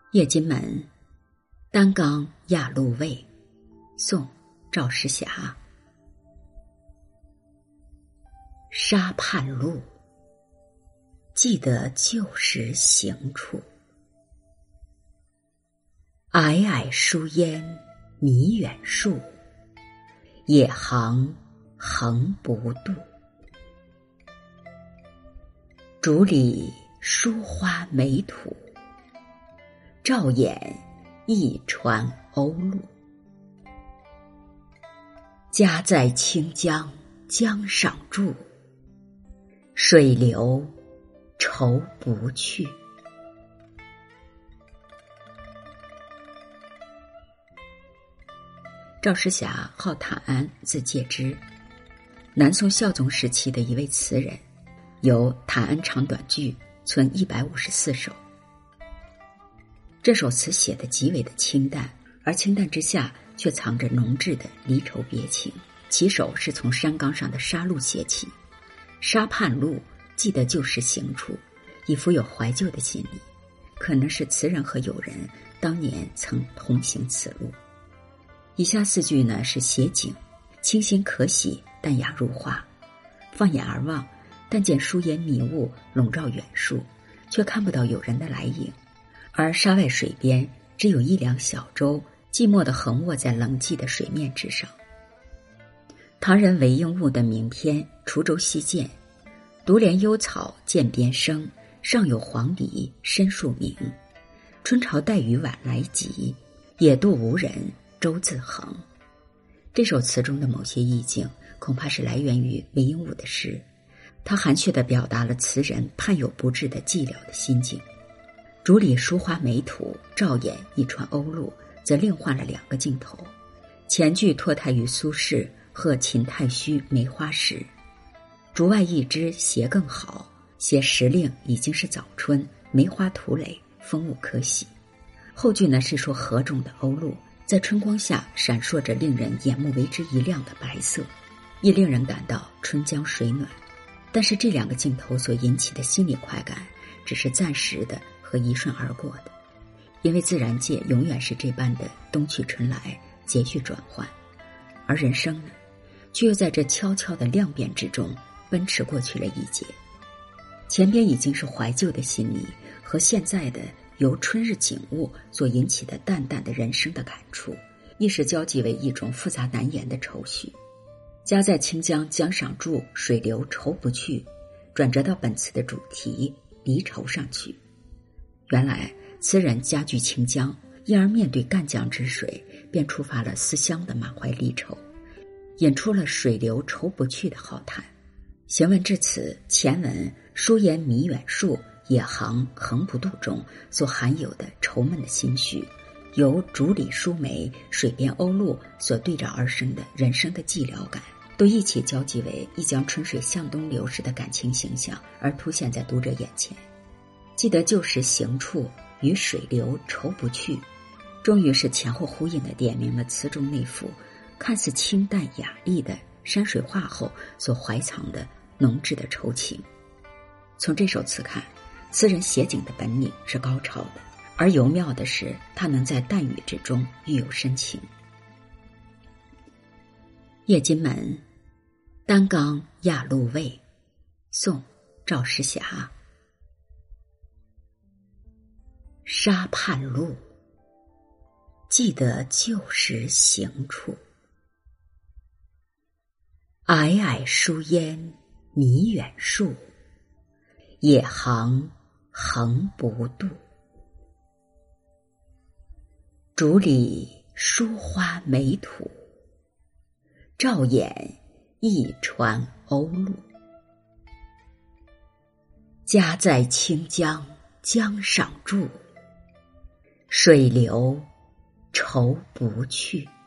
夜津门，单冈亚陆卫，宋·赵师霞。沙畔路，记得旧时行处。霭霭疏烟迷远树，野行横不渡。竹里疏花美土，照眼一船鸥鹭。家在清江江上住，水流愁不去。赵师霞号坦安，字介之，南宋孝宗时期的一位词人，有《坦安长短句》存154首。这首词写得极为的清淡，而清淡之下却藏着浓挚的离愁别情。起首是从山岗上的沙路写起，沙畔路，记得旧时行处，已富有怀旧的心理，可能是词人和友人当年曾同行此路。以下4句呢是写景，清新可喜，淡雅如画。放眼而望，但见疏烟迷雾笼罩远树，却看不到有人的来影，而沙外水边只有1辆小舟，寂寞地横卧在冷寂的水面之上。唐人韦应物的名篇《滁州西涧》，独怜幽草涧边生，上有黄鹂深树鸣。春潮带雨晚来急，野渡无人舟自横。这首词中的某些意境恐怕是来源于韦应物的诗，它含蓄地表达了词人盼有不至的寂寥的心境。竹里疏花美土，照眼一船鸥鹭，则另换了2个镜头。前句脱胎于苏轼贺秦太虚梅花时，竹外一枝斜更好，写时令已经是早春，梅花吐蕾，风物可喜。后句呢是说河中的鸥鹭在春光下闪烁着令人眼目为之一亮的白色，亦令人感到春江水暖。但是这2个镜头所引起的心理快感只是暂时的和一瞬而过的，因为自然界永远是这般的冬去春来，节序转换，而人生呢却又在这悄悄的量变之中奔驰过去了一节。前边已经是怀旧的心理，和现在的由春日景物所引起的淡淡的人生的感触，一时交集为一种复杂难言的愁绪。家在清江江上住，水流愁不去，转折到本词的主题离愁上去。原来词人家居清江，因而面对赣江之水，便触发了思乡的满怀离愁，引出了水流愁不去的浩叹。行文至此，前文疏烟迷远树，野行横不渡中所含有的愁闷的心绪，由竹里疏梅，水边鸥鹭所对照而生的人生的寂寥感，都一起交集为一江春水向东流时的感情形象，而凸现在读者眼前。记得旧时行处与水流愁不去，终于是前后呼应的点明了词中那幅看似清淡雅丽的山水画后所怀藏的浓挚的愁情。从这首词看，词人写景的本领是高超的，而尤妙的是他能在淡语之中寓有深情。夜津门，单冈亚陆卫，宋·赵师霞。沙畔路，记得旧时行处。霭霭疏烟迷远树，野行横不渡。竹里疏花美土，照眼一船鸥鹭。家在清江江上住，水流愁不去。